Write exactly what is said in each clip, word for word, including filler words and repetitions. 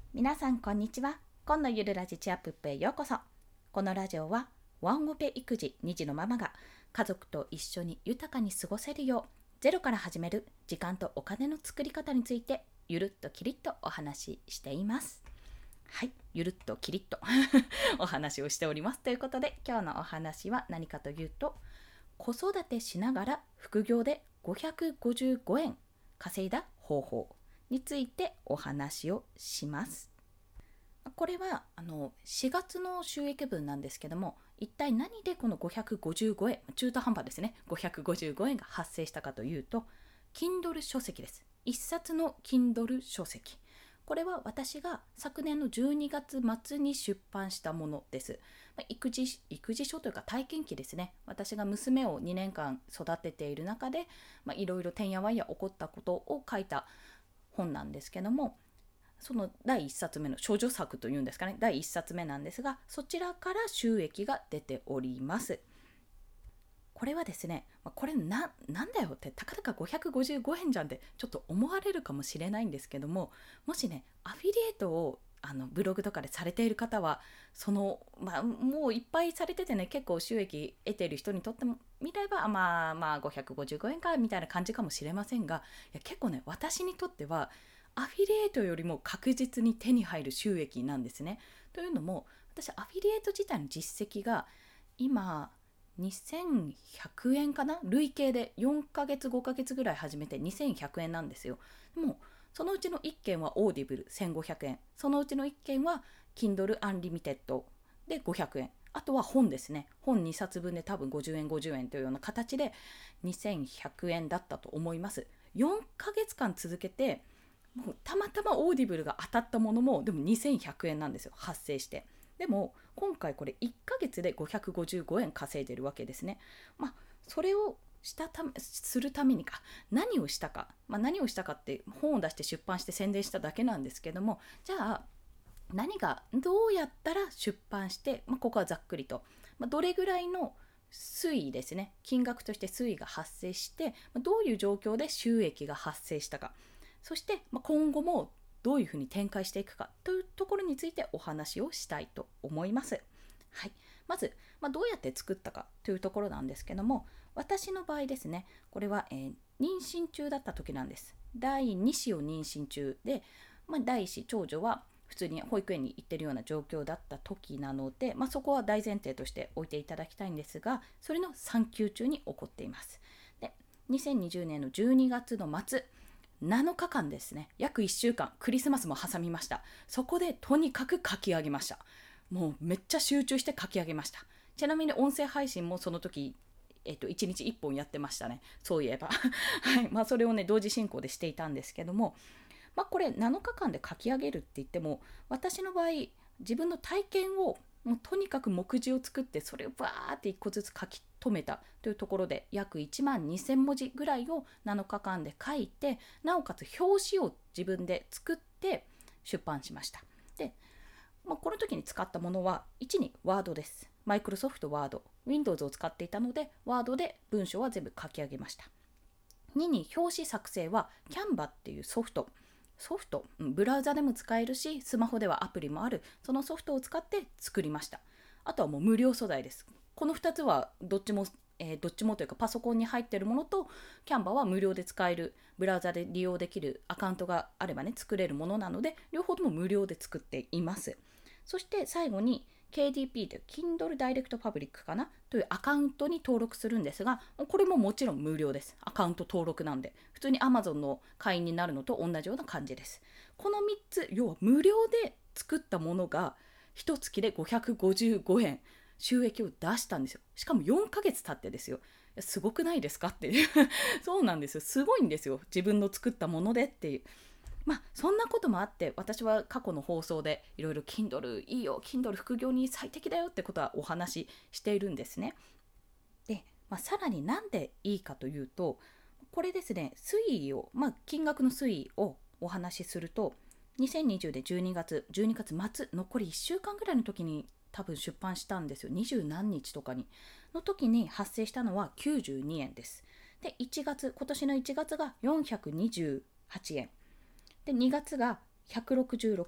皆さんこんにちは。今のゆるラジチアップへようこそ。このラジオはワンオペ育児に児のママが家族と一緒に豊かに過ごせるようゼロから始める時間とお金の作り方についてゆるっときりっとお話ししています。はい、ゆるっときりっとお話をしております。ということで今日のお話は何かというと、子育てしながら副業でごひゃくごじゅうごえん稼いだ方法についてお話をします。これはあのしがつの収益分なんですけども、一体何でこのごひゃくごじゅうごえん、中途半端ですね、ごひゃくごじゅうごえんが発生したかというと、Kindle 書籍です。一冊の Kindle 書籍。これは私が昨年のじゅうにがつ末に出版したものです。育児、育児書というか体験記ですね。私が娘をにねんかん育てている中で、いろいろてんやわんや起こったことを書いた本なんですけども、そのだいいっさつめの処女作というんですかね、だいいっさつめなんですが、そちらから収益が出ております。これはですね、これ な, なんだよって、たかだかごひゃくごじゅうごえんじゃんってちょっと思われるかもしれないんですけども、もしねアフィリエイトをあのブログとかでされている方は、その、まあ、もういっぱいされててね、結構収益得ている人にとっても見れば、まあまあごひゃくごじゅうごえんかみたいな感じかもしれませんが、いや結構ね、私にとってはアフィリエイトよりも確実に手に入る収益なんですね。というのも、私アフィリエイト自体の実績が今にせんひゃくえんかな、累計でよんかげつごかげつぐらい始めてにせんひゃくえんなんですよ。でもそのうちのいっけんはオーディブルせんごひゃくえん、そのうちのいっけんは Kindle Unlimited でごひゃくえん、あとは本ですね、本にさつぶんで多分ごじゅうえんごじゅうえんというような形でにせんひゃくえんだったと思います。よんかげつかん続けて、もうたまたまオーディブルが当たったものもでもにせんひゃくえんなんですよ、発生して。でも今回これいっかげつでごひゃくごじゅうごえん稼いでるわけですね。まあそれをしたためするためにか、何をしたか、まあ、何をしたかって本を出して出版して宣伝しただけなんですけども、じゃあ何がどうやったら出版して、まあ、ここはざっくりと、まあ、どれぐらいの推移ですね、金額として推移が発生して、どういう状況で収益が発生したか、そして今後もどういうふうに展開していくかというところについてお話をしたいと思います。はい、まず、まあ、どうやって作ったかというところなんですけども、私の場合ですね、これは、えー妊娠中だった時なんです。だいに子を妊娠中で、まあ、だいいっ子長女は普通に保育園に行ってるような状況だった時なので、まあ、そこは大前提として置いていただきたいんですが、それの産休中に起こっています。でにせんにじゅうねんのじゅうにがつの末、なのかかんですね、約いっしゅうかん、クリスマスも挟みました。そこでとにかく書き上げました。もうめっちゃ集中して書き上げました。ちなみに音声配信もその時、えっと、いちにちいっぽんやってましたね、そういえばはい、まあ、それをね同時進行でしていたんですけども、まあ、これなのかかんで書き上げるって言っても、私の場合自分の体験をもうとにかく目次を作って、それをバーっていっこずつ書き留めたというところで、約いちまんにせんもじぐらいをなのかかんで書いて、なおかつ表紙を自分で作って出版しました。で、まあ、この時に使ったものはいちにワードです。マイクロソフトワード、Windows を使っていたのでワードで文章は全部書き上げました。にに表紙作成は Canva っていうソフト、ソフト、ブラウザでも使えるし、スマホではアプリもある、そのソフトを使って作りました。あとはもう無料素材です。このふたつはどっちも、えーどっちもというか、パソコンに入っているものと、Canva は無料で使える、ブラウザで利用できるアカウントがあればね、作れるものなので、両方とも無料で作っています。そして最後に ケーディーピー という Kindle Direct Public かなというアカウントに登録するんですが、これももちろん無料です。アカウント登録なんで、普通に Amazon の会員になるのと同じような感じです。このみっつ、要は無料で作ったものがいちがつでごひゃくごじゅうごえん収益を出したんですよ。しかもよんかげつ経ってですよ。すごくないですかっていうそうなんですよ、すごいんですよ、自分の作ったものでっていう。まあそんなこともあって、私は過去の放送でいろいろ Kindle いいよ、 Kindle 副業に最適だよってことはお話ししているんですね。で、まあ、さらになんでいいかというと、これですね、推移を、まあ、金額の推移をお話しすると、にせんにじゅうでじゅうにがつじゅうにがつ末、残りいっしゅうかんぐらいの時に多分出版したんですよ。にじゅう何日とかにの時に発生したのはきゅうじゅうにえんです。でいちがつ、今年のいちがつがよんひゃくにじゅうはちえんで、にがつがひゃくろくじゅうろくえん、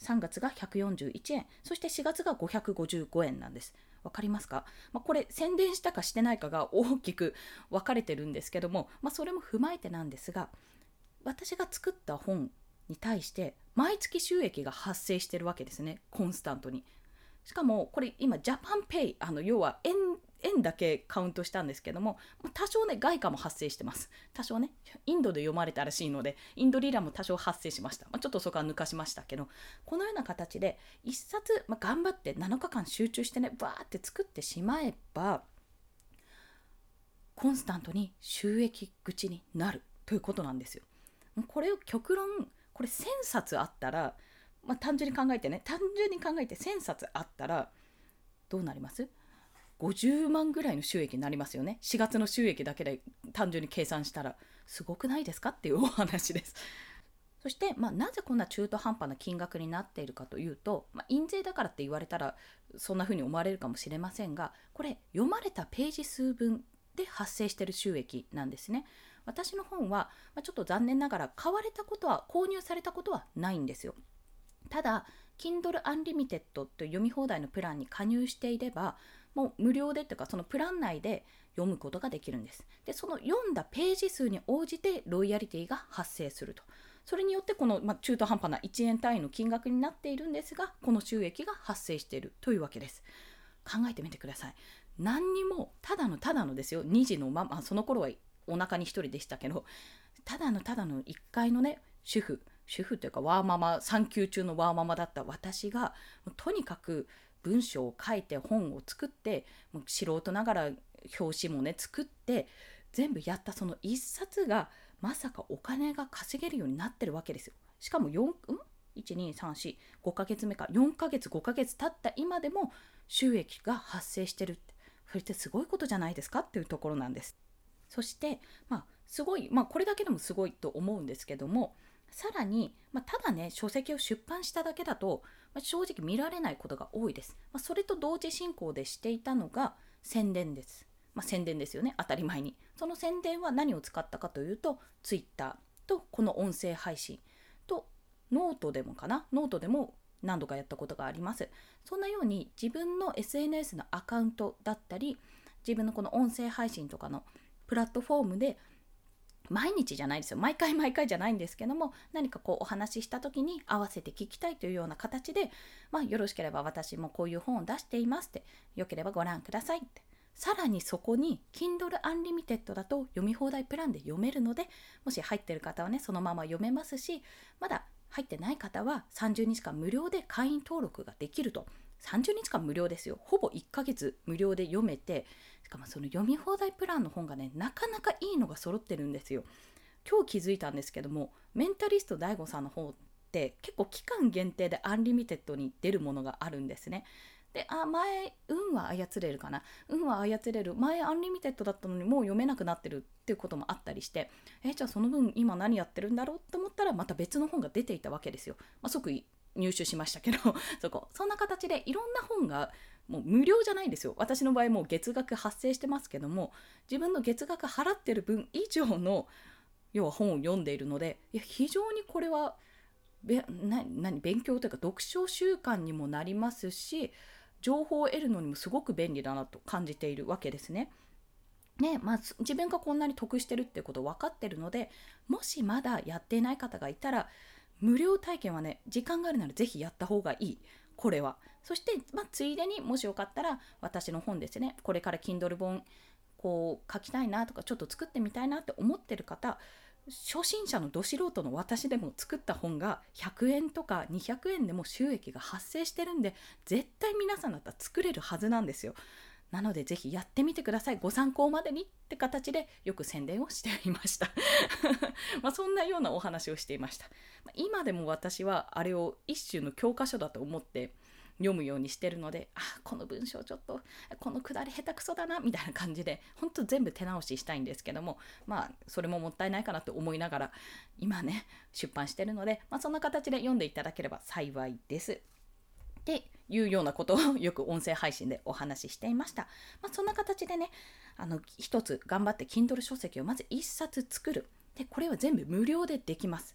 さんがつがひゃくよんじゅういちえん、そしてしがつがごひゃくごじゅうごえんなんです。わかりますか？まあ、これ宣伝したかしてないかが大きく分かれてるんですけども、まあ、それも踏まえてなんですが、私が作った本に対して毎月収益が発生してるわけですね、コンスタントに。しかもこれ今ジャパンペイ、あの要は円円だけカウントしたんですけども、多少ね外貨も発生してます。多少ね、インドで読まれたらしいのでインドリラも多少発生しました。まあ、ちょっとそこは抜かしましたけど、このような形で一冊、まあ、頑張ってなのかかん集中してねバーって作ってしまえばコンスタントに収益口になるということなんですよ。これを極論、これせんさつあったら、まあ、単純に考えてね単純に考えてせんさつあったらどうなります？ごじゅうまんぐらいの収益になりますよね。しがつの収益だけで単純に計算したらすごくないですかっていうお話です。そして、まあ、なぜこんな中途半端な金額になっているかというと、まあ、印税だからって言われたらそんな風に思われるかもしれませんが、これ読まれたページ数分で発生している収益なんですね。私の本は、まあ、ちょっと残念ながら買われたことは購入されたことはないんですよ。ただ Kindle Unlimited という読み放題のプランに加入していれば、もう無料でというかそのプラン内で読むことができるんです。で、その読んだページ数に応じてロイヤリティが発生すると。それによってこの、まあ、中途半端ないちえん単位の金額になっているんですが、この収益が発生しているというわけです。考えてみてください。何にもただのただのですよ、にじのまま、その頃はお腹に一人でしたけど、ただのただのいっかいのね主婦主婦というかワーママ、産休中のワーママだった私がとにかく文章を書いて本を作って、もう素人ながら表紙もね作って全部やったその一冊がまさかお金が稼げるようになってるわけですよ。しかもよん、んいち、に、さん、よん、ごかげつめか、よんかげつごかげつ経った今でも収益が発生してるって、それってすごいことじゃないですかっていうところなんです。そしてまあすごい、まあこれだけでもすごいと思うんですけども、さらに、まあ、ただね書籍を出版しただけだと、まあ、正直見られないことが多いです。まあ、それと同時進行でしていたのが宣伝です。まあ、宣伝ですよね、当たり前に。その宣伝は何を使ったかというと Twitter とこの音声配信とノートでもかなノートでも何度かやったことがあります。そんなように自分の エスエヌエス のアカウントだったり自分のこの音声配信とかのプラットフォームで毎日じゃないですよ、毎回毎回じゃないんですけども、何かこうお話しした時に合わせて聞きたいというような形で、まあ、よろしければ私もこういう本を出していますって、よければご覧くださいって。さらにそこに Kindle Unlimited だと読み放題プランで読めるので、もし入ってる方はねそのまま読めますし、まだ入ってない方はさんじゅうにちかん無料で会員登録ができると。さんじゅうにちかん無料ですよ。ほぼいっかげつ無料で読めて、しかもその読み放題プランの本がねなかなかいいのが揃ってるんですよ。今日気づいたんですけども、メンタリスト ダイゴ さんの方って結構期間限定でアンリミテッドに出るものがあるんですね。で、あ、前運は操れるかな運は操れる前アンリミテッドだったのにもう読めなくなってるっていうこともあったりして、えじゃあその分今何やってるんだろうと思ったらまた別の本が出ていたわけですよ。まあ、即入手しましたけどそこそんな形でいろんな本がもう無料じゃないんですよ。私の場合もう月額発生してますけども、自分の月額払ってる分以上の要は本を読んでいるので、いや非常にこれはべな何勉強というか読書習慣にもなりますし、情報を得るのにもすごく便利だなと感じているわけですね。ね、まあ、自分がこんなに得してるってこと分かってるので、もしまだやっていない方がいたら無料体験はね時間があるならぜひやった方がいい、これは。そして、まあ、ついでにもしよかったら私の本ですね、これから Kindle 本こう書きたいなとかちょっと作ってみたいなって思ってる方、初心者のど素人の私でも作った本がひゃくえんとかにひゃくえんでも収益が発生してるんで、絶対皆さんだったら作れるはずなんですよ。なのでぜひやってみてください。ご参考までにって形でよく宣伝をしていましたまあそんなようなお話をしていました。今でも私はあれを一種の教科書だと思って読むようにしてるので、あ、この文章ちょっとこのくだり下手くそだなみたいな感じで本当全部手直ししたいんですけども、まあそれももったいないかなと思いながら今ね出版してるので、まあ、そんな形で読んでいただければ幸いですっていうようなことをよく音声配信でお話ししていました。まあ、そんな形でね、あの一つ頑張って Kindle 書籍をまず一冊作る。でこれは全部無料でできます。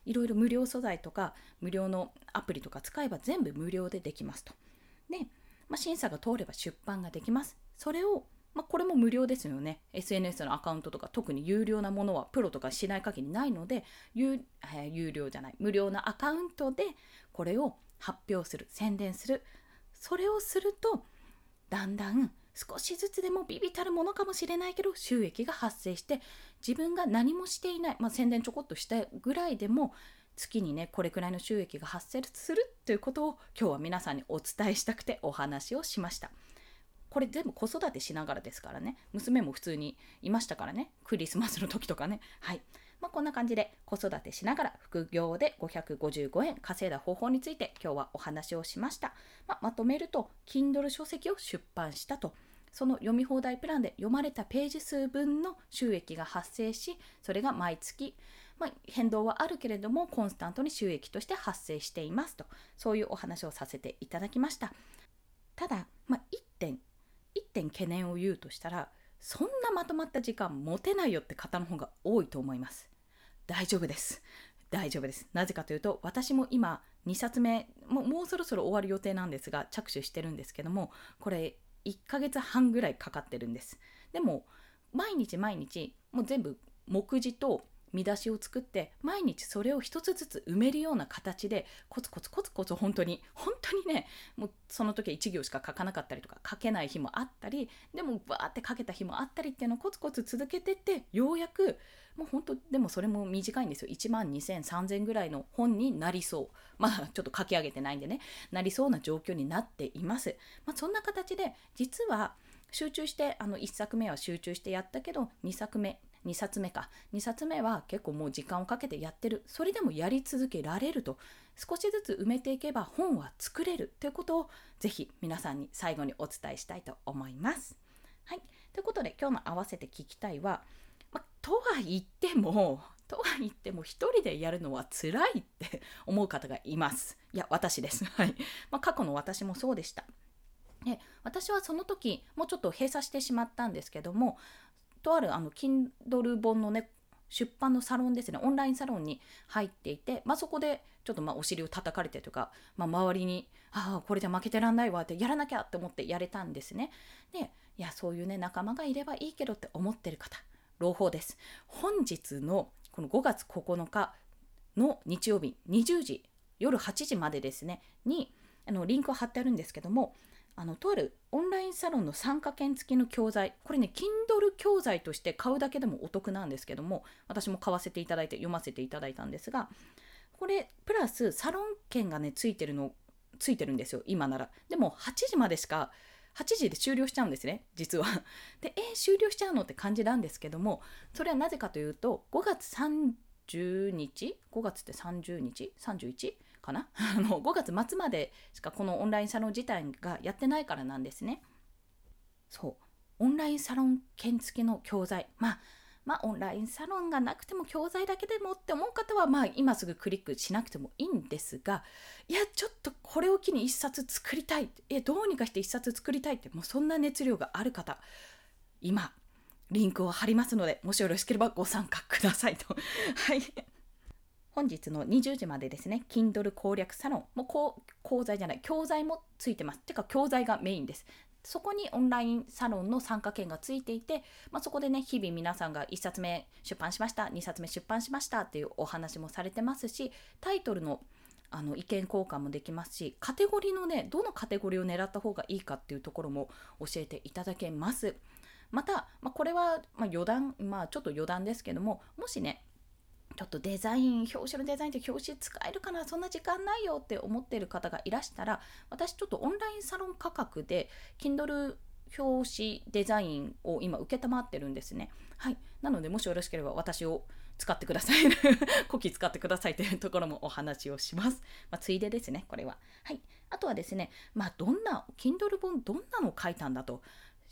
いろいろ無料素材とか無料のアプリとか使えば全部無料でできますと。で、まあ、審査が通れば出版ができます。それを、まあ、これも無料ですよね。 エスエヌエス のアカウントとか特に有料なものはプロとかしない限りないので、有、えー有料じゃない無料なアカウントでこれを発表する、宣伝する。それをするとだんだん少しずつでもビビたるものかもしれないけど収益が発生して、自分が何もしていない、まあ、宣伝ちょこっとしたぐらいでも月にねこれくらいの収益が発生するということを今日は皆さんにお伝えしたくてお話をしました。これ全部子育てしながらですからね。娘も普通にいましたからね、クリスマスの時とかね。はい、まあ、こんな感じで子育てしながら副業でごひゃくごじゅうごえん稼いだ方法について今日はお話をしました。まあ、まとめると Kindle 書籍を出版したと、その読み放題プランで読まれたページ数分の収益が発生し、それが毎月、まあ、変動はあるけれどもコンスタントに収益として発生していますと、そういうお話をさせていただきました。ただ、まあ、いってん一点懸念を言うとしたら、そんなまとまった時間持てないよって方の方が多いと思います。大丈夫です大丈夫です。なぜかというと、私も今にさつめもう、もうそろそろ終わる予定なんですが着手してるんですけども、これいっかげつはんぐらいかかってるんです。でも毎日毎日もう全部目次と見出しを作って毎日それを一つずつ埋めるような形でコツコツコツコツ本当に本当にね、もうその時はいち行しか書かなかったりとか書けない日もあったり、でもバーって書けた日もあったりっていうのをコツコツ続けてって、ようやくもう本当、でもそれも短いんですよ。いちまんにせんさんぜんぐらいの本になりそう、まあちょっと書き上げてないんでね、なりそうな状況になっています。まあ、そんな形で実は集中してあのいっさくめは集中してやったけどにさくめにさつめかにさつめは結構もう時間をかけてやってる。それでもやり続けられると、少しずつ埋めていけば本は作れるということをぜひ皆さんに最後にお伝えしたいと思います。はい、ということで今日の合わせて聞きたいは、ま、とは言ってもとは言っても一人でやるのは辛いって思う方がいます。いや私です。はい、まあ、過去の私もそうでした。で、私はその時もうちょっと閉鎖してしまったんですけども、とあるあの Kindle 本のね出版のサロンですね、オンラインサロンに入っていて、まあ、そこでちょっとまあお尻を叩かれてというか、まあ、周りにああこれじゃ負けてらんないわってやらなきゃって思ってやれたんですね。で、いやそういうね仲間がいればいいけどって思ってる方、朗報です。本日のこのごがつここのかの日曜日にじゅうじ夜はちじまでですねにあのリンクを貼ってあるんですけども、あのとあるオンラインサロンの参加券付きの教材、これね Kindle 教材として買うだけでもお得なんですけども、私も買わせていただいて読ませていただいたんですが、これプラスサロン券がねついてるのついてるんですよ今なら。でもはちじまでしか、はちじで終了しちゃうんですね実は。で、えー、終了しちゃうのって感じなんですけども、それはなぜかというとごがつさんじゅうにち、ごがつってさんじゅうにち さんじゅういちかなあのごがつ末までしかこのオンラインサロン自体がやってないからなんですね。そう、オンラインサロン券付きの教材、まあまあオンラインサロンがなくても教材だけでもって思う方はまあ今すぐクリックしなくてもいいんですが、いやちょっとこれを機に一冊作りたい、えどうにかして一冊作りたいって、もうそんな熱量がある方、今リンクを貼りますので、もしよろしければご参加くださいとはい、本日のにじゅうじまでですね Kindle 攻略サロンもうこう講座じゃない教材もついてます。てか教材がメインです。そこにオンラインサロンの参加券がついていて、まあ、そこでね日々皆さんがいっさつめ出版しました、にさつめ出版しましたっていうお話もされてますし、タイトルのあの意見交換もできますし、カテゴリーのねどのカテゴリーを狙った方がいいかっていうところも教えていただけます。また、まあ、これはまあ余談、まあちょっと余談ですけども、もしねちょっとデザイン、表紙のデザインって表紙使えるかな、そんな時間ないよって思っている方がいらしたら、私ちょっとオンラインサロン価格で Kindle 表紙デザインを今受けたまってるんですね。はい、なのでもしよろしければ私を使ってくださいコキ使ってくださいというところもお話をします。まあ、ついでですねこれは。はい、あとはですね、まあどんな Kindle 本どんなのを書いたんだと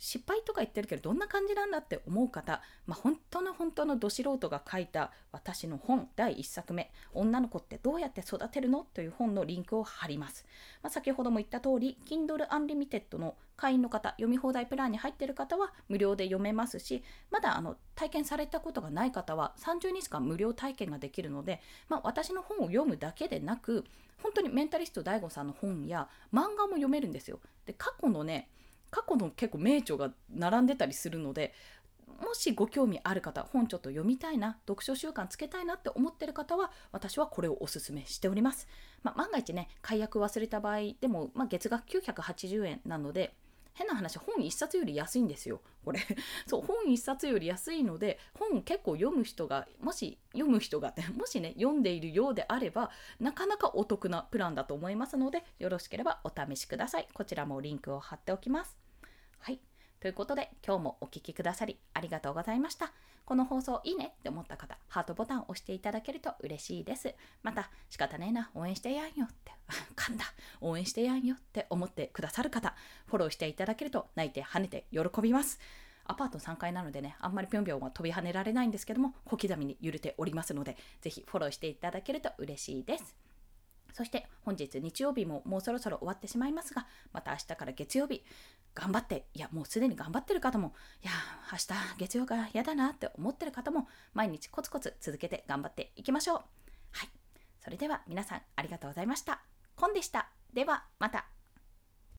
失敗とか言ってるけどどんな感じなんだって思う方、まあ、本当の本当のど素人が書いた私の本だいいっさくめ、女の子ってどうやって育てるのという本のリンクを貼ります。まあ、先ほども言った通り Kindle Unlimited の会員の方、読み放題プランに入っている方は無料で読めますし、まだあの体験されたことがない方はさんじゅうにちかん無料体験ができるので、まあ、私の本を読むだけでなく、本当にメンタリスト ダイゴ さんの本や漫画も読めるんですよ。で、過去のね過去の結構名著が並んでたりするので、もしご興味ある方、本ちょっと読みたいな、読書習慣つけたいなって思ってる方は、私はこれをおすすめしております。まあ、万が一ね解約忘れた場合でも、まあ、月額きゅうひゃくはちじゅうえんなので、変な話、本いっさつより安いんですよこれそう、本いっさつより安いので、本結構読む人がもし読む人がもしね読んでいるようであれば、なかなかお得なプランだと思いますので、よろしければお試しください。こちらもリンクを貼っておきます。はい、ということで今日もお聞きくださりありがとうございました。この放送いいねって思った方、ハートボタンを押していただけると嬉しいです。また、仕方ねえな、応援してやんよって噛んだ応援してやんよって思ってくださる方、フォローしていただけると泣いて跳ねて喜びます。アパートさんがいなのでね、あんまりぴょんぴょんは飛び跳ねられないんですけども、小刻みに揺れておりますので、ぜひフォローしていただけると嬉しいです。そして本日日曜日ももうそろそろ終わってしまいますが、また明日から月曜日頑張って、いやもうすでに頑張ってる方も、いや明日月曜が嫌だなって思ってる方も、毎日コツコツ続けて頑張っていきましょう。はい、それでは皆さんありがとうございました。コンでした。ではまた。